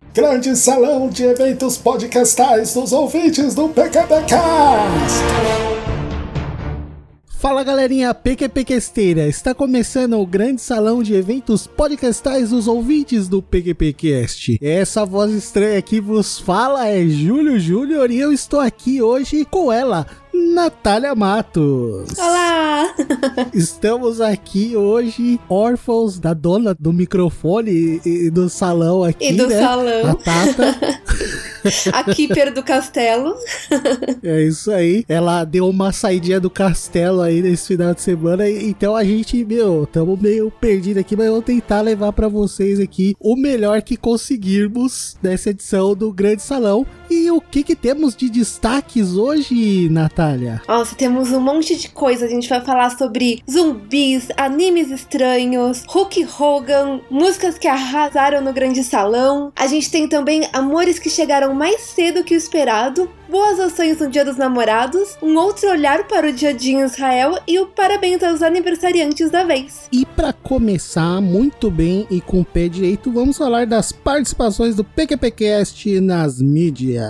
Grande salão de eventos podcastais dos ouvintes do PQPcast. Fala galerinha PQPquesteira, está começando o grande salão de eventos podcastais dos ouvintes do PQPcast. Essa voz estranha que vos fala é Júlio Júnior e eu estou aqui hoje com ela, Natália Matos. Olá! Estamos aqui hoje órfãos da dona do microfone e do salão aqui, e do salão. A Tata. A Keeper do castelo. É isso aí. Ela deu uma saidinha do castelo aí nesse final de semana. Então a gente, estamos meio perdidos aqui, mas eu vou tentar levar pra vocês aqui o melhor que conseguirmos nessa edição do Grande Salão. E o que temos de destaques hoje, Natália? Nossa, temos um monte de coisa. A gente vai falar sobre zumbis, animes estranhos, Hulk Hogan, músicas que arrasaram no Grande Salão. A gente tem também amores que chegaram mais cedo que o esperado, boas ações no Dia dos Namorados, um outro olhar para o dia de Israel e o parabéns aos aniversariantes da vez. E para começar muito bem e com o pé direito, vamos falar das participações do PQPcast nas mídias.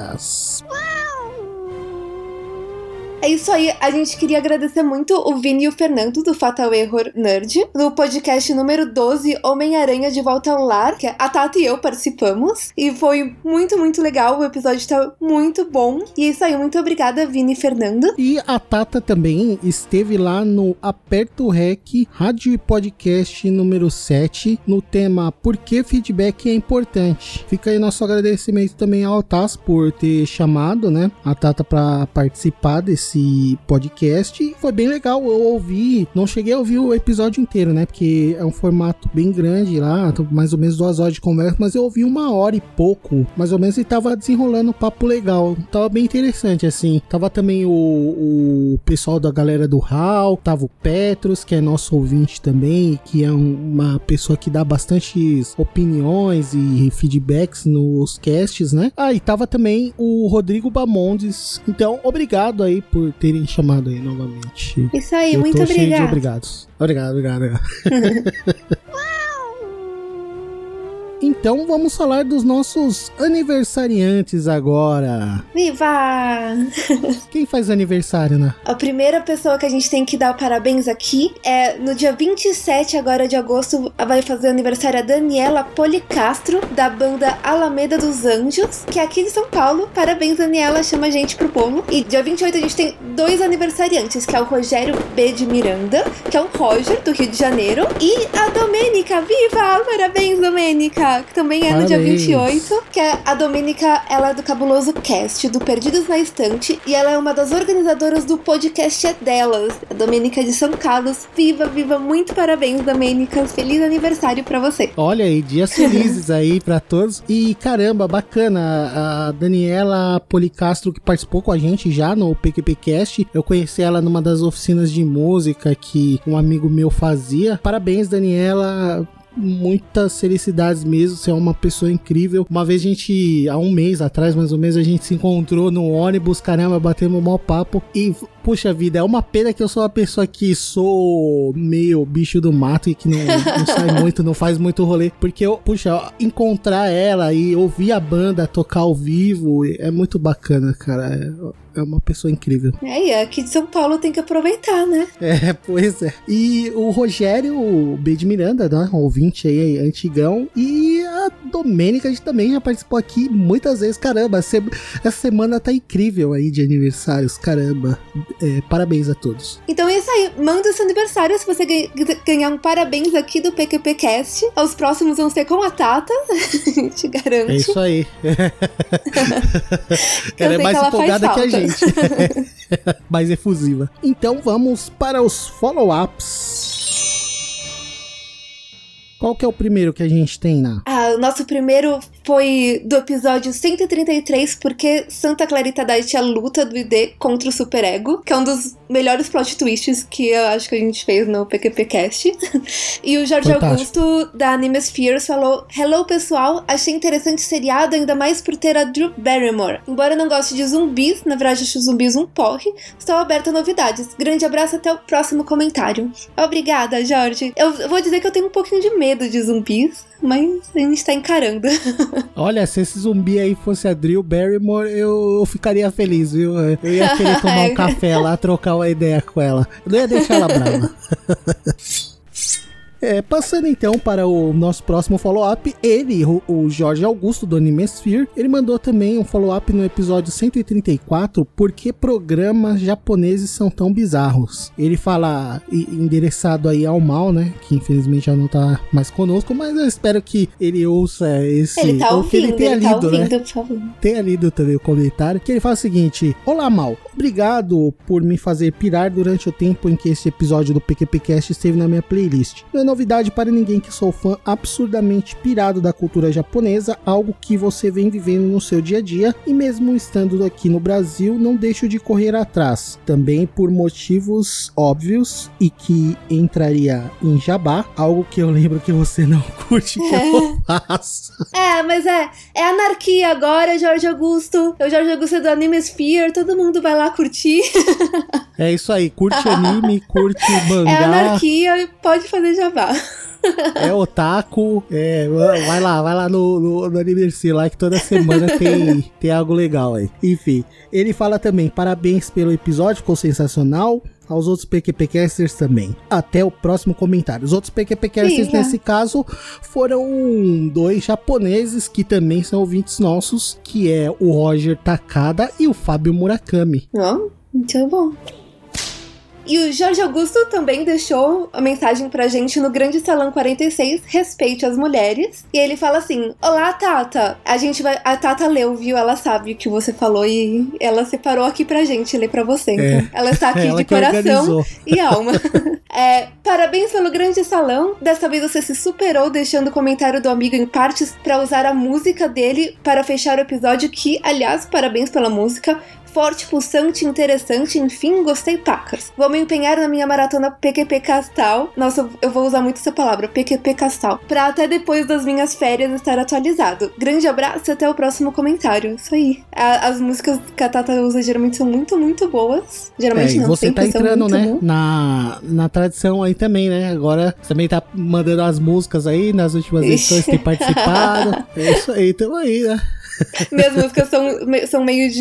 É isso aí, a gente queria agradecer muito o Vini e o Fernando do Fatal Error Nerd, no podcast número 12, Homem-Aranha de Volta ao Lar, que a Tata e eu participamos, e foi muito, muito legal, o episódio tá muito bom, e é isso aí, muito obrigada, Vini e Fernando. E a Tata também esteve lá no Aperto Rec, rádio e podcast número 7, no tema Por que feedback é importante. Fica aí nosso agradecimento também ao Taz por ter chamado, né, a Tata pra participar desse podcast. Foi bem legal, eu ouvi, não cheguei a ouvir o episódio inteiro, né, porque é um formato bem grande lá, mais ou menos 2 horas de conversa, mas eu ouvi 1 hora e pouco, mais ou menos, e tava desenrolando um papo legal, tava bem interessante, assim. Tava também o pessoal da galera do HAL, tava o Petros, que é nosso ouvinte também, que é uma pessoa que dá bastantes opiniões e feedbacks nos casts, né. E tava também o Rodrigo Bamondes. Então, obrigado aí por terem chamado aí novamente. Isso aí, eu muito tô obrigada. Cheio de obrigados. Obrigado. Então vamos falar dos nossos aniversariantes agora. Viva! Quem faz aniversário, né? A primeira pessoa que a gente tem que dar parabéns aqui é no dia 27 agora de agosto, vai fazer aniversário a Daniela Policastro, da banda Alameda dos Anjos, que é aqui de São Paulo. Parabéns, Daniela, chama a gente pro bolo. E dia 28 a gente tem 2 aniversariantes, que é o Rogério B. de Miranda, que é o Roger, do Rio de Janeiro, e a Domênica. Viva! Parabéns, Domênica! Que também é Parabéns. No dia 28, que é a Domênica, ela é do Cabuloso Cast, do Perdidos na Estante, e ela é uma das organizadoras do podcast É Delas, a Domênica de São Carlos. Viva, muito parabéns, Domênica, feliz aniversário pra você. Olha aí, dias felizes aí pra todos. E caramba, bacana, a Daniela Policastro, que participou com a gente já no PQPcast, eu conheci ela numa das oficinas de música que um amigo meu fazia. Parabéns, Daniela, muitas felicidades mesmo, você é uma pessoa incrível. Uma vez há 1 mês atrás, mais ou menos, a gente se encontrou no ônibus, caramba, batemos um maior papo e, puxa vida, é uma pena que eu sou uma pessoa que sou meio bicho do mato e que não sai muito, não faz muito rolê, porque encontrar ela e ouvir a banda tocar ao vivo é muito bacana, cara. É uma pessoa incrível. E aqui de São Paulo tem que aproveitar, né? Pois é. E o Rogério B. de Miranda, né? Um ouvinte aí, antigão. E a Domênica, a gente também já participou aqui muitas vezes. Caramba, essa semana tá incrível aí de aniversários. Caramba. Parabéns a todos. Então é isso aí. Manda seu aniversário se você ganhar um parabéns aqui do PQPcast. Os próximos vão ser com a Tata. A gente garante. É isso aí. Ela é mais empolgada que a gente. Mais efusiva. Então vamos para os follow-ups. Qual que é o primeiro que a gente tem, Ná? O nosso primeiro foi do episódio 133, porque Santa Clarita Diet é a luta do ID contra o superego, que é um dos melhores plot twists que eu acho que a gente fez no PQPcast. E o Jorge Fantástico. Augusto, da Anime Spheres, falou: Hello, pessoal, achei interessante o seriado, ainda mais por ter a Drew Barrymore. Embora eu não goste de zumbis, na verdade acho zumbis um porre, estou aberta a novidades. Grande abraço, até o próximo comentário. Obrigada, Jorge. Eu vou dizer que eu tenho um pouquinho de medo de zumbis, mas a gente tá encarando. Olha, se esse zumbi aí fosse a Drew Barrymore, eu ficaria feliz, viu? Eu ia querer tomar um café lá, trocar uma ideia com ela. Eu não ia deixar ela brava. Passando então para o nosso próximo follow-up, ele, o Jorge Augusto do Animesphere, ele mandou também um follow-up no episódio 134, por que programas japoneses são tão bizarros. Ele fala endereçado aí ao Mal, né, que infelizmente já não tá mais conosco, mas eu espero que ele ouça esse... Ele tá ouvindo, ele tenha lido, ouvindo, né? por favor. Tenha lido também o comentário, que ele fala o seguinte: olá, Mal, obrigado por me fazer pirar durante o tempo em que esse episódio do PQPcast esteve na minha playlist. Não é novidade para ninguém que sou fã absurdamente pirado da cultura japonesa, algo que você vem vivendo no seu dia a dia, e mesmo estando aqui no Brasil, não deixo de correr atrás, também por motivos óbvios e que entraria em jabá, algo que eu lembro que você não curte que eu faço. Mas é anarquia agora, Jorge Augusto. O Jorge Augusto do Animesphere, todo mundo vai lá curtir. É isso aí, curte anime, curte mangá. É anarquia, pode fazer jabá. É otaku, vai lá no Animesphere lá que toda semana tem algo legal aí. Enfim, ele fala também, parabéns pelo episódio, ficou sensacional. Aos outros PQPcasters também. Até o próximo comentário. Os outros PQPcasters, nesse caso, foram 2 japoneses que também são ouvintes nossos, que é o Roger Takada e o Fábio Murakami. Muito bom. E o Jorge Augusto também deixou a mensagem pra gente no Grande Salão 46, Respeite as Mulheres. E ele fala assim: olá, Tata. A Tata leu, viu? Ela sabe o que você falou e ela separou aqui pra gente ler pra você. Então, ela está aqui de coração e alma. Parabéns pelo Grande Salão. Dessa vez você se superou, deixando o comentário do amigo em partes pra usar a música dele para fechar o episódio, que, aliás, parabéns pela música. Forte, pulsante, interessante, enfim, gostei pacas. Vou me empenhar na minha maratona PQP Castal. Nossa, eu vou usar muito essa palavra, PQP Castal, pra até depois das minhas férias estar atualizado. Grande abraço e até o próximo comentário. Isso aí. As músicas que a Tata usa geralmente são muito, muito boas. Geralmente não, você sempre tá entrando, são muito né, na tradição aí também, né? Agora você também tá mandando as músicas aí, nas últimas edições tem participado. É isso aí, tamo aí, né? Minhas músicas são meio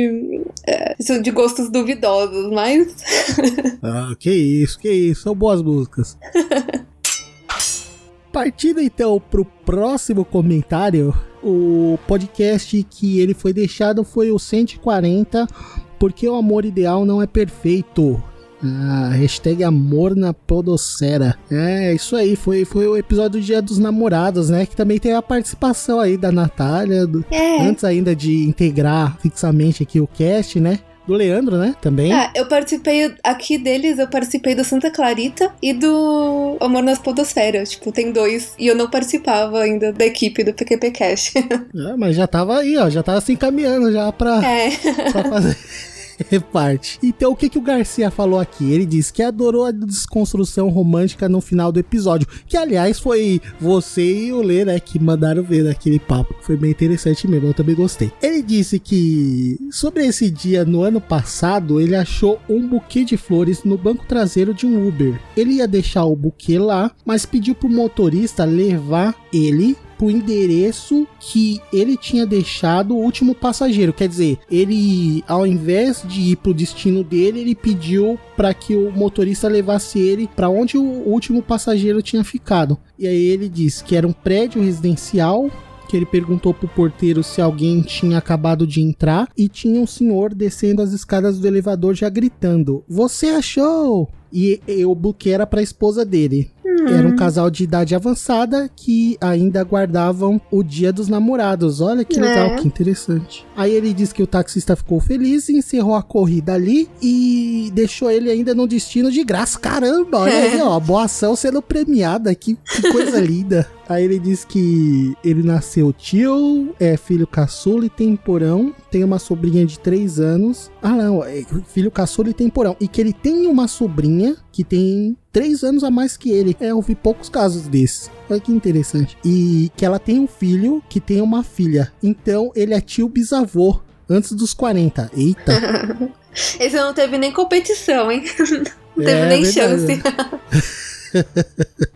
de gostos duvidosos, mas... que isso, são boas músicas. Partindo então pro próximo comentário, o podcast que ele foi deixado foi o 140, porque o amor ideal não é perfeito. Hashtag amor na podosfera. Isso aí, foi o episódio do Dia dos Namorados, né? Que também tem a participação aí da Natália, antes ainda de integrar fixamente aqui o cast, né? Do Leandro, né? Também. Eu participei aqui deles, eu participei do Santa Clarita e do Amor nas Podosferas. Tipo, tem 2. E eu não participava ainda da equipe do PQPcast. Mas já tava aí, ó. Já tava se encaminhando já pra fazer... parte. Então, o que o Garcia falou aqui? Ele disse que adorou a desconstrução romântica no final do episódio, que aliás foi você e o Lê, né, que mandaram ver naquele papo. Foi bem interessante mesmo, eu também gostei. Ele disse que sobre esse dia no ano passado, ele achou um buquê de flores no banco traseiro de um Uber. Ele ia deixar o buquê lá, mas pediu pro motorista levar ele pro endereço que ele tinha deixado o último passageiro. Quer dizer, ele, ao invés de ir pro destino dele, ele pediu para que o motorista levasse ele para onde o último passageiro tinha ficado. E aí ele disse que era um prédio residencial, que ele perguntou pro porteiro se alguém tinha acabado de entrar, e tinha um senhor descendo as escadas do elevador já gritando: "Você achou?" E o buquê era pra esposa dele. Era um casal de idade avançada que ainda aguardavam o Dia dos Namorados. Olha que legal, que interessante. Aí ele disse que o taxista ficou feliz e encerrou a corrida ali e deixou ele ainda no destino de graça. Caramba, olha aí, ó, boa ação sendo premiada. Que coisa linda. Aí ele disse que ele nasceu tio, é filho caçula e temporão, tem uma sobrinha de 3 anos. Não, é filho caçula e temporão. E que ele tem uma sobrinha que tem 3 anos a mais que ele. Eu vi poucos casos desses. Olha que interessante. E que ela tem um filho que tem uma filha. Então ele é tio bisavô antes dos 40. Eita. Esse não teve nem competição, hein? Não teve nem chance.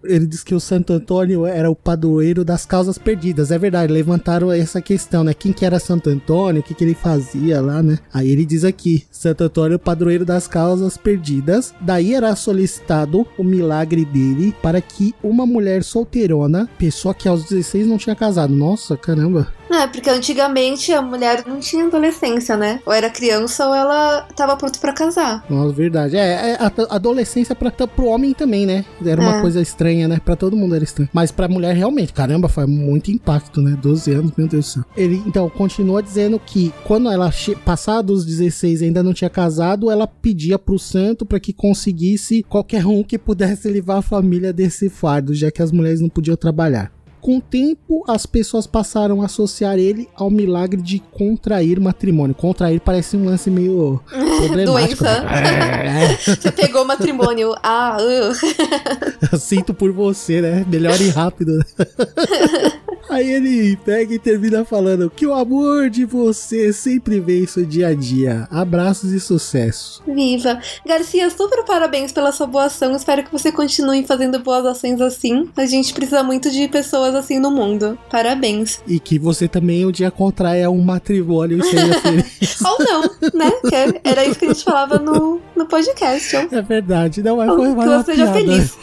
ele diz que o Santo Antônio era o padroeiro das causas perdidas. É verdade, levantaram essa questão, né? Quem que era Santo Antônio, o que ele fazia lá, né? Aí ele diz aqui, Santo Antônio, padroeiro das causas perdidas. Daí era solicitado o milagre dele para que uma mulher solteirona, pessoa que aos 16 não tinha casado. Nossa, caramba. Porque antigamente a mulher não tinha adolescência, né? Ou era criança ou ela tava pronta pra casar. Nossa, verdade. A adolescência pro homem também, né? Era uma coisa estranha, né? Pra todo mundo era estranho. Mas pra mulher, realmente, caramba, foi muito impacto, né? 12 anos, meu Deus do céu. Ele, então, continua dizendo que quando ela passar dos 16 e ainda não tinha casado, ela pedia pro santo pra que conseguisse qualquer um que pudesse levar a família desse fardo, já que as mulheres não podiam trabalhar. Com o tempo, as pessoas passaram a associar ele ao milagre de contrair matrimônio. Contrair parece um lance meio problemático. Doença. Você pegou o matrimônio. Eu sinto por você, né? Melhor e rápido. Aí ele pega e termina falando que o amor de você sempre vem seu dia a dia. Abraços e sucesso. Viva! Garcia, super parabéns pela sua boa ação. Espero que você continue fazendo boas ações assim. A gente precisa muito de pessoas assim no mundo. Parabéns. E que você também um dia contraia um matrimônio e seja feliz. Ou não, né? Que era isso que a gente falava no podcast. É verdade. Não, mas foi uma piada. Que você seja feliz.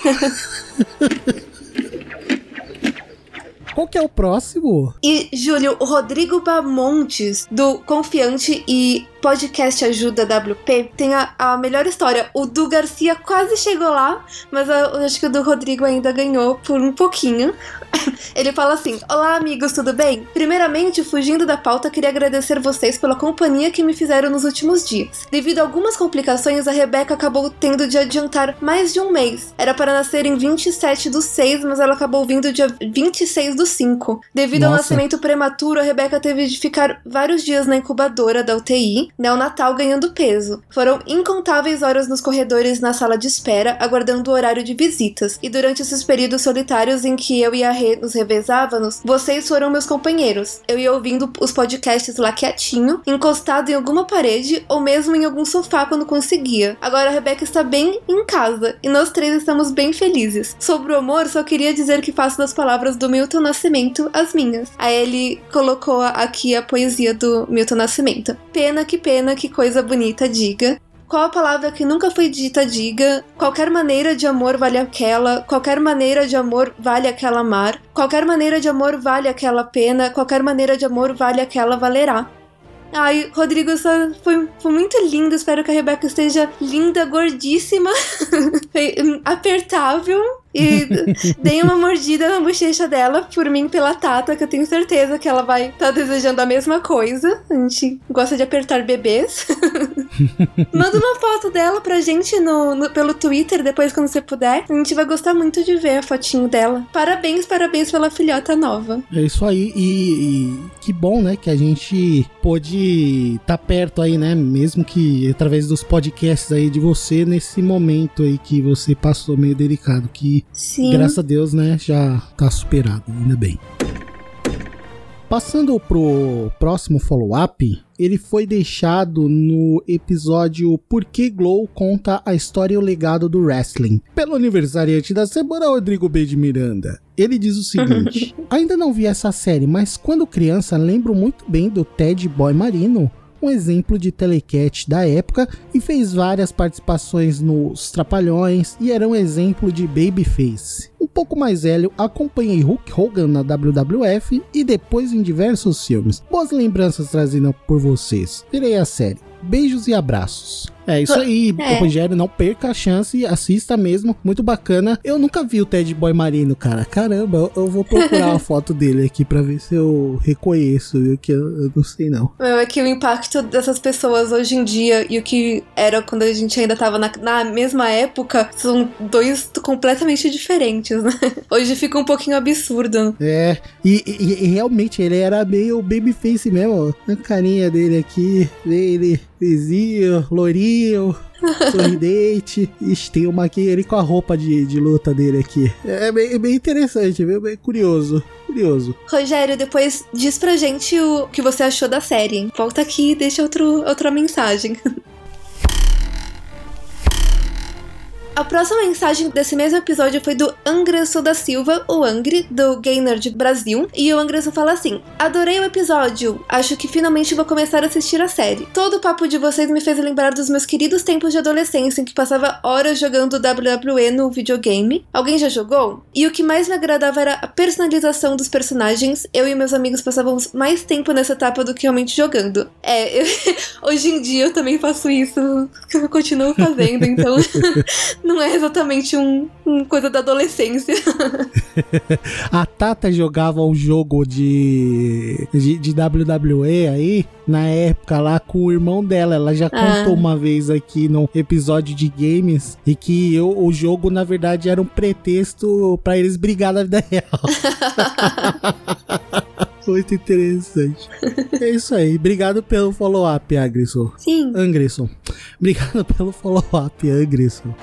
Qual que é o próximo? E, Júlio, o Rodrigo Bamontes, do Confiante e Podcast Ajuda WP, tem a melhor história. O do Garcia quase chegou lá, mas eu acho que o do Rodrigo ainda ganhou por um pouquinho. Ele fala assim: olá amigos, tudo bem? Primeiramente, fugindo da pauta, queria agradecer vocês pela companhia que me fizeram nos últimos dias. Devido a algumas complicações, a Rebeca acabou tendo de adiantar mais de um mês. Era para nascer em 27/6, mas ela acabou vindo dia 26/5. Devido ao nascimento prematuro, a Rebeca teve de ficar vários dias na incubadora da UTI, neonatal, ganhando peso. Foram incontáveis horas nos corredores na sala de espera, aguardando o horário de visitas. E durante esses períodos solitários em que eu e a Rê nos revezávamos, vocês foram meus companheiros. Eu ia ouvindo os podcasts lá quietinho, encostado em alguma parede ou mesmo em algum sofá quando conseguia. Agora a Rebeca está bem em casa e nós três estamos bem felizes. Sobre o amor, só queria dizer que faço das palavras do Milton Nascimento as minhas. Aí ele colocou aqui a poesia do Milton Nascimento. Pena, que coisa bonita, diga. Qual a palavra que nunca foi dita, diga. Qualquer maneira de amor vale aquela. Qualquer maneira de amor vale aquela amar. Qualquer maneira de amor vale aquela pena. Qualquer maneira de amor vale aquela valerá. Ai, Rodrigo, foi muito lindo. Espero que a Rebeca esteja linda, gordíssima, apertável. E dei uma mordida na bochecha dela, por mim, pela Tata, que eu tenho certeza que ela vai estar desejando a mesma coisa. A gente gosta de apertar bebês. Manda uma foto dela pra gente pelo Twitter, depois quando você puder. A gente vai gostar muito de ver a fotinho dela. Parabéns pela filhota nova. É isso aí, e que bom, né, que a gente pôde estar perto aí, né, mesmo que através dos podcasts aí de você, nesse momento aí que você passou meio delicado, que sim, graças a Deus, né, já tá superado, ainda bem. Passando pro próximo follow-up, ele foi deixado no episódio Por que Glow conta a história e o legado do wrestling, pelo aniversariante da semana, Rodrigo B. de Miranda. Ele diz o seguinte: ainda não vi essa série, mas quando criança lembro muito bem do Ted Boy Marino, um exemplo de telecat da época, e fez várias participações nos Trapalhões e era um exemplo de babyface. Um pouco mais velho, acompanhei Hulk Hogan na WWF e depois em diversos filmes. Boas lembranças trazidas por vocês. Virei a série. Beijos e abraços. É isso aí, Rogério, não perca a chance, assista mesmo, muito bacana. Eu nunca vi o Ted Boy Marino, cara. Caramba, eu vou procurar uma foto dele aqui pra ver se eu reconheço, viu? Que eu não sei não. É que o impacto dessas pessoas hoje em dia e o que era quando a gente ainda tava na mesma época são dois completamente diferentes, né? Hoje fica um pouquinho absurdo. É, e realmente ele era meio babyface mesmo. A carinha dele aqui, ele vizinho, loirinho, sorridente. Ixi, tem uma aqui, ele com a roupa de luta dele aqui. É bem interessante, bem curioso. Rogério, depois diz pra gente o que você achou da série, hein? Volta aqui e deixa outra mensagem. A próxima mensagem desse mesmo episódio foi do Angresso da Silva, o Angry, do Gay Nerd Brasil. E o Angresso fala assim: adorei o episódio, acho que finalmente vou começar a assistir a série. Todo o papo de vocês me fez lembrar dos meus queridos tempos de adolescência em que passava horas jogando WWE no videogame. Alguém já jogou? E o que mais me agradava era a personalização dos personagens. Eu e meus amigos passávamos mais tempo nessa etapa do que realmente jogando. Hoje em dia eu também faço isso, eu continuo fazendo, então não é exatamente uma coisa da adolescência. A Tata jogava um jogo de WWE aí, na época lá com o irmão dela. Ela já contou uma vez aqui no episódio de games e que o jogo na verdade era um pretexto pra eles brigar na vida real. Muito interessante. É isso aí. Obrigado pelo follow-up, Angrisson. Sim. Angrisson. Obrigado pelo follow-up, Angrisson.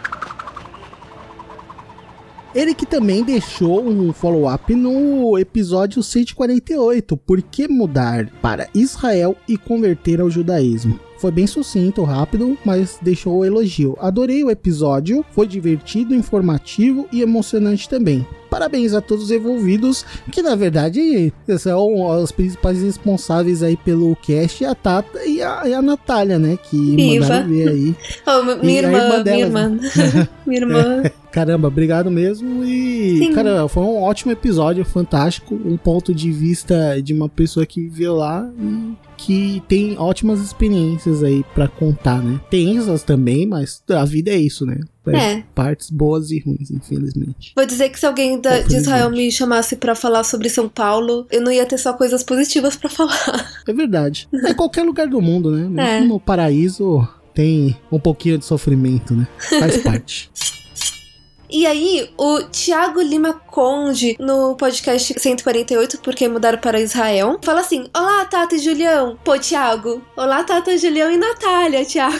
Ele que também deixou um follow-up no episódio 148, Por que mudar para Israel e converter ao judaísmo? Foi bem sucinto, rápido, mas deixou o elogio. Adorei o episódio, foi divertido, informativo e emocionante também. Parabéns a todos os envolvidos, que na verdade são os principais responsáveis aí pelo cast, a Tata e a Natália, né? Que Viva. Mandaram ver aí. Minha irmã. Minha irmã. Caramba, obrigado mesmo. E, Sim. Cara, foi um ótimo episódio, fantástico. Um ponto de vista de uma pessoa que viveu lá e que tem ótimas experiências aí pra contar, né? Tensas também, mas a vida é isso, né? Partes boas e ruins, infelizmente. Vou dizer que se alguém de Israel me chamasse pra falar sobre São Paulo, eu não ia ter só coisas positivas pra falar. É verdade. É qualquer lugar do mundo, né? Mesmo no paraíso tem um pouquinho de sofrimento, né? Faz parte. E aí, o Thiago Lima Conde, no podcast 148, Porque Mudaram para Israel, fala assim: olá, Tata e Julião. Pô, Thiago. Olá, Tata, Julião e Natália, Thiago.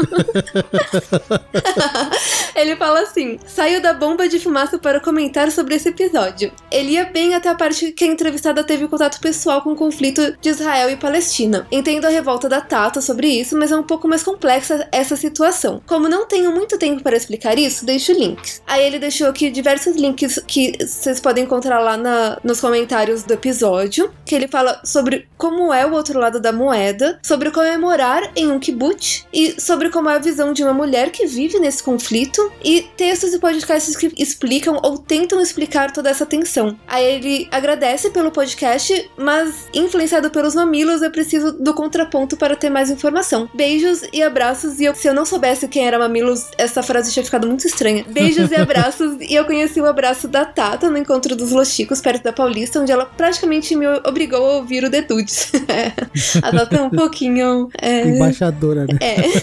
Ele fala assim: saiu da bomba de fumaça para comentar sobre esse episódio. Ele ia bem até a parte que a entrevistada teve contato pessoal com o conflito de Israel e Palestina. Entendo a revolta da Tata sobre isso, mas é um pouco mais complexa essa situação. Como não tenho muito tempo para explicar isso, deixo links. Aí ele deixou aqui diversos links que vocês podem encontrar lá nos comentários do episódio, que ele fala sobre como é o outro lado da moeda, sobre como é morar em um kibbutz e sobre como é a visão de uma mulher que vive nesse conflito, e textos e podcasts que explicam ou tentam explicar toda essa tensão. Aí ele agradece pelo podcast, mas influenciado pelos mamilos, eu preciso do contraponto para ter mais informação. Beijos e abraços, e se eu não soubesse quem era mamilos, essa frase tinha ficado muito estranha. Beijos e abraços, e eu conheci o abraço da Tata no encontro dos Los Chicos, perto da Paulista, onde ela praticamente me obrigou a ouvir o The Dudes. A Tata é um pouquinho... Embaixadora, né?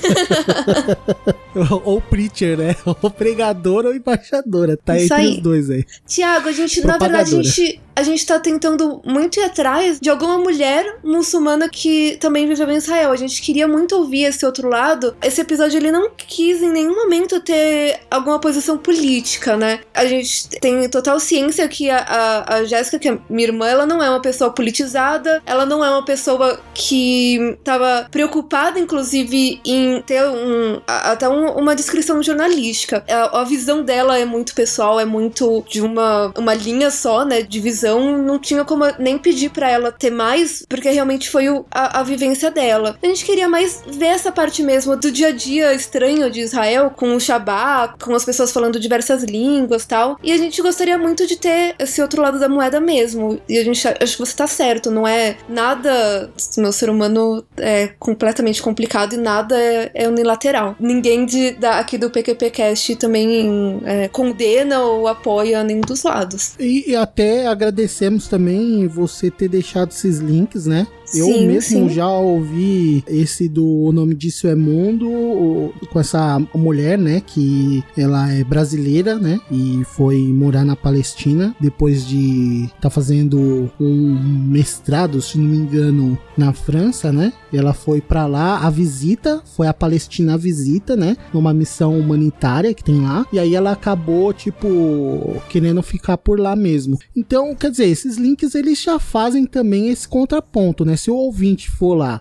Ou preacher, né? Ou pregadora ou embaixadora. Tá isso entre aí. Os dois aí. Tiago, na verdade, a gente tá tentando muito ir atrás de alguma mulher muçulmana que também viveu em Israel. A gente queria muito ouvir esse outro lado. Esse episódio, ele não quis em nenhum momento ter alguma posição política, né? A gente tem total ciência que a Jéssica, que é minha irmã, ela não é uma pessoa politizada, ela não é uma pessoa que tava preocupada, inclusive, em ter até uma descrição jornalística. A visão dela é muito pessoal, é muito de uma linha só, né, de visão. Não tinha como nem pedir pra ela ter mais, porque realmente foi a vivência dela. A gente queria mais ver essa parte mesmo do dia a dia estranho de Israel, com o Shabbat, com as pessoas falando diversas línguas e tal. E a gente gostaria muito de ter esse outro lado da moeda mesmo. E a gente acho que você tá certo, não é nada... Meu ser humano é completamente complicado e nada é unilateral. Ninguém aqui do PQPcast também condena ou apoia nenhum dos lados. E até agradecemos também você ter deixado esses links, né? Eu mesmo já ouvi esse do O Nome Disso é Mundo, com essa mulher, né, que ela é brasileira, né, e foi morar na Palestina, depois de tá fazendo um mestrado, se não me engano, na França, né, ela foi pra lá, a visita, foi a Palestina a visita, né, né? Numa missão humanitária que tem lá. E aí ela acabou, tipo, querendo ficar por lá mesmo. Então, quer dizer, esses links eles já fazem também esse contraponto, né? Se o ouvinte for lá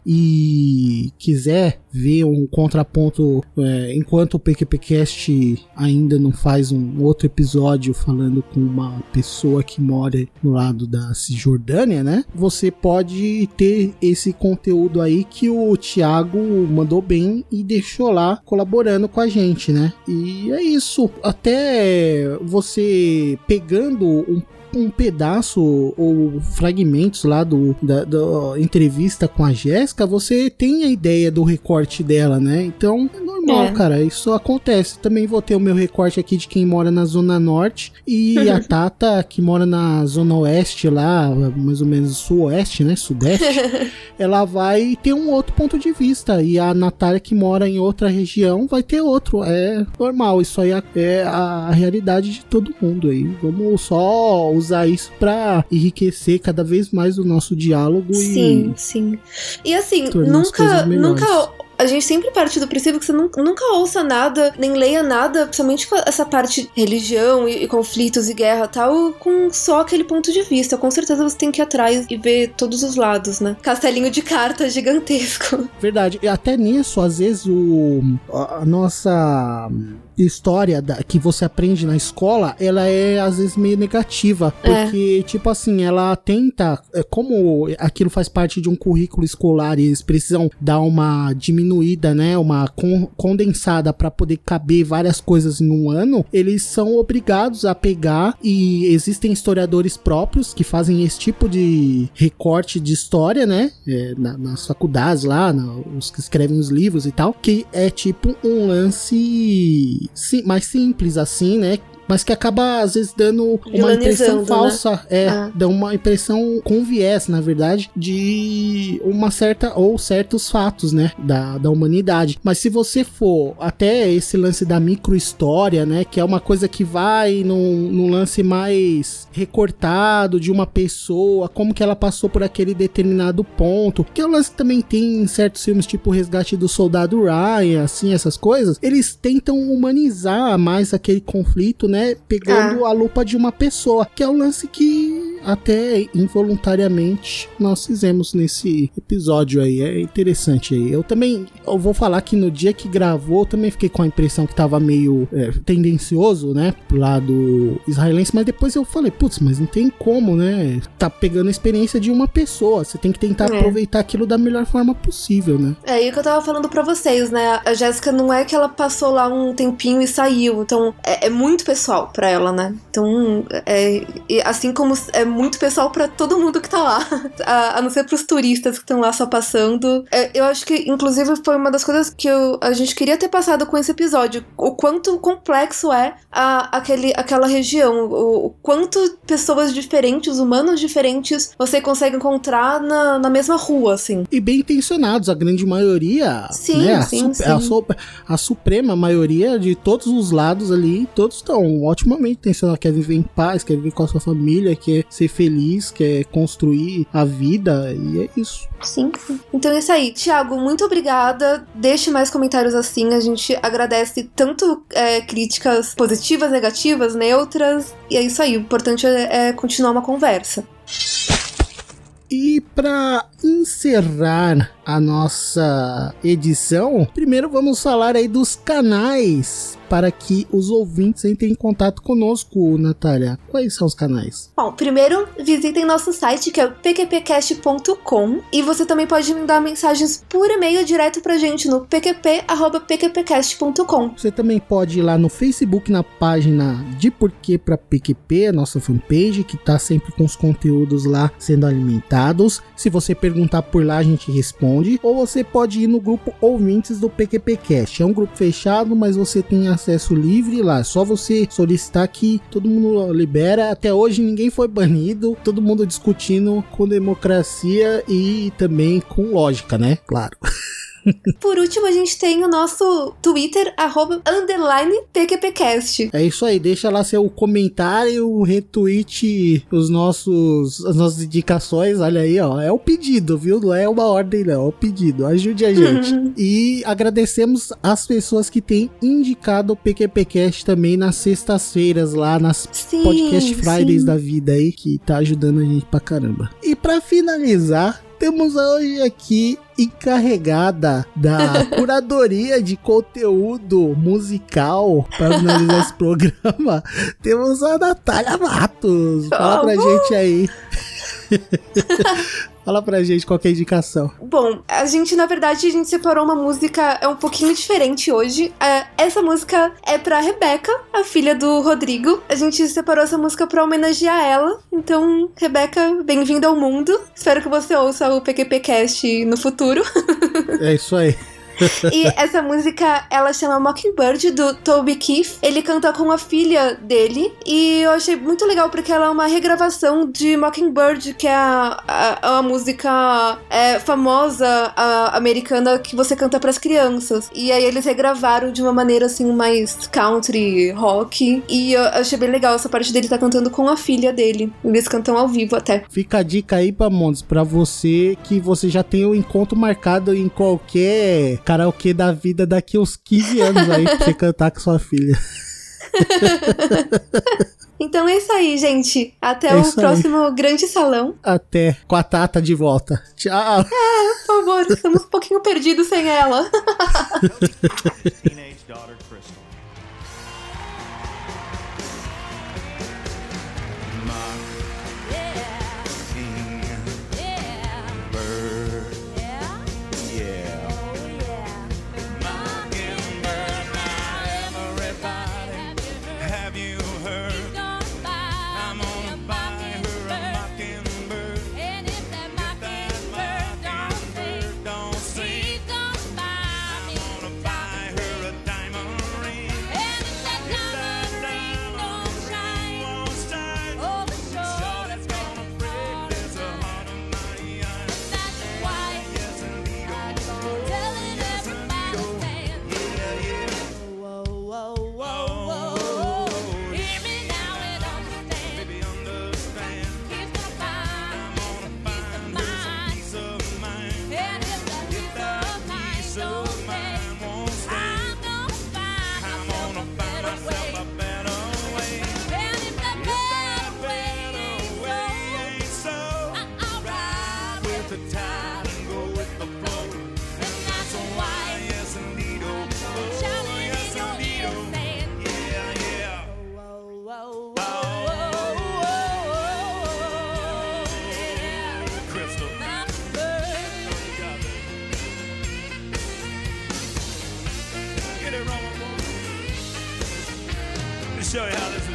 e quiser ver um contraponto, enquanto o PQPcast ainda não faz um outro episódio falando com uma pessoa que mora no lado da Cisjordânia, né? Você pode ter esse conteúdo aí que o Thiago mandou bem e deixou lá colaborando com a gente, né? E é isso. Até você pegando um pedaço ou fragmentos lá da entrevista com a Jéssica, você tem a ideia do recorte dela, né? Então é normal, cara, isso acontece. Também vou ter o meu recorte aqui de quem mora na Zona Norte e a Tata, que mora na Zona Oeste lá, mais ou menos sul-oeste, né? Sudeste, ela vai ter um outro ponto de vista, e a Natália, que mora em outra região, vai ter outro. É normal, isso aí é a realidade de todo mundo aí. Vamos só usar isso pra enriquecer cada vez mais o nosso diálogo. Sim. E assim, nunca a gente sempre parte do princípio que você nunca ouça nada, nem leia nada, principalmente com essa parte de religião e conflitos e guerra e tal, com só aquele ponto de vista. Com certeza você tem que ir atrás e ver todos os lados, né? Castelinho de cartas gigantesco. Verdade. E até nisso, às vezes, a nossa história que você aprende na escola, ela é às vezes meio negativa, porque tipo assim, ela tenta, como aquilo faz parte de um currículo escolar e eles precisam dar uma diminuída, né, uma condensada para poder caber várias coisas em um ano, eles são obrigados a pegar, e existem historiadores próprios que fazem esse tipo de recorte de história, né, nas faculdades lá, os que escrevem os livros e tal, que é tipo um lance mais simples assim, né? Mas que acaba, às vezes, dando uma impressão falsa, né? Dá uma impressão com viés, na verdade, de uma certa, ou certos fatos, né, da humanidade. Mas se você for até esse lance da micro-história, né, que é uma coisa que vai num lance mais recortado de uma pessoa, como que ela passou por aquele determinado ponto, que é um lance que também tem em certos filmes, tipo o Resgate do Soldado Ryan, assim, essas coisas, eles tentam humanizar mais aquele conflito, né, pegando a lupa de uma pessoa, que é um lance que até involuntariamente nós fizemos nesse episódio aí. É interessante aí. Eu vou falar que no dia que gravou, eu também fiquei com a impressão que tava meio tendencioso, né, pro lado israelense, mas depois eu falei, putz, mas não tem como, né, tá pegando a experiência de uma pessoa, você tem que tentar aproveitar aquilo da melhor forma possível, né. É, e o que eu tava falando pra vocês, né, a Jéssica não é que ela passou lá um tempinho e saiu, então é muito pessoal pra ela, né, então assim como é muito pessoal pra todo mundo que tá lá, a não ser pros turistas que estão lá só passando. Eu acho que, inclusive, foi uma das coisas que a gente queria ter passado com esse episódio, o quanto complexo é aquela região, o quanto pessoas diferentes, humanos diferentes, você consegue encontrar na mesma rua, assim. E bem intencionados, a grande maioria, sim, né, sim. A suprema maioria de todos os lados ali, todos estão otimamente intencionados, quer viver em paz, quer viver com a sua família, quer ser feliz, quer construir a vida, e é isso. Sim. Então é isso aí. Thiago, muito obrigada. Deixe mais comentários assim. A gente agradece tanto críticas positivas, negativas, neutras. E é isso aí. O importante é continuar uma conversa. E para encerrar a nossa edição, primeiro vamos falar aí dos canais para que os ouvintes entrem em contato conosco, Natália. Quais são os canais? Bom, primeiro visitem nosso site, que é o pqpcast.com, e você também pode mandar mensagens por e-mail direto pra gente no pqp@pqpcast.com. Você também pode ir lá no Facebook, na página de Porquê pra PQP, a nossa fanpage, que tá sempre com os conteúdos lá sendo alimentados. Se você perguntar por lá, a gente responde. Ou você pode ir no grupo Ouvintes do PQPcast. É um grupo fechado, mas você tem acesso livre lá. É só você solicitar que todo mundo libera. Até hoje ninguém foi banido. Todo mundo discutindo com democracia e também com lógica, né? Claro. Por último, a gente tem o nosso Twitter, @PQPcast. É isso aí, deixa lá seu comentário, retweet as nossas indicações, olha aí, ó, é o pedido, viu? Não é uma ordem não, é o pedido, ajude a gente. E agradecemos as pessoas que têm indicado o PQPcast também nas sextas-feiras lá, nas Podcast Fridays da vida aí, que tá ajudando a gente pra caramba. E pra finalizar, temos hoje aqui encarregada da curadoria de conteúdo musical para finalizar esse programa. Temos a Natália Matos. Fala pra gente aí. Fala pra gente qual que é a indicação. Bom, na verdade, a gente separou uma música um pouquinho diferente hoje. Essa música é pra Rebeca, a filha do Rodrigo. A gente separou essa música pra homenagear ela. Então, Rebeca, bem-vinda ao mundo. Espero que você ouça o PQPcast no futuro. É isso aí. E essa música, ela chama Mockingbird, do Toby Keith. Ele canta com a filha dele. E eu achei muito legal porque ela é uma regravação de Mockingbird, que é a música famosa americana que você canta pras crianças. E aí eles regravaram de uma maneira assim mais country, rock. E eu achei bem legal essa parte dele tá cantando com a filha dele. Eles cantam ao vivo até. Fica a dica aí, Pamondes, pra você que você já tem o encontro marcado em qualquer karaokê da vida daqui uns 15 anos aí pra você cantar com sua filha. Então é isso aí, gente. Até o próximo grande salão. Até com a Tata de volta. Tchau. Por favor, estamos um pouquinho perdidos sem ela. Show you how this is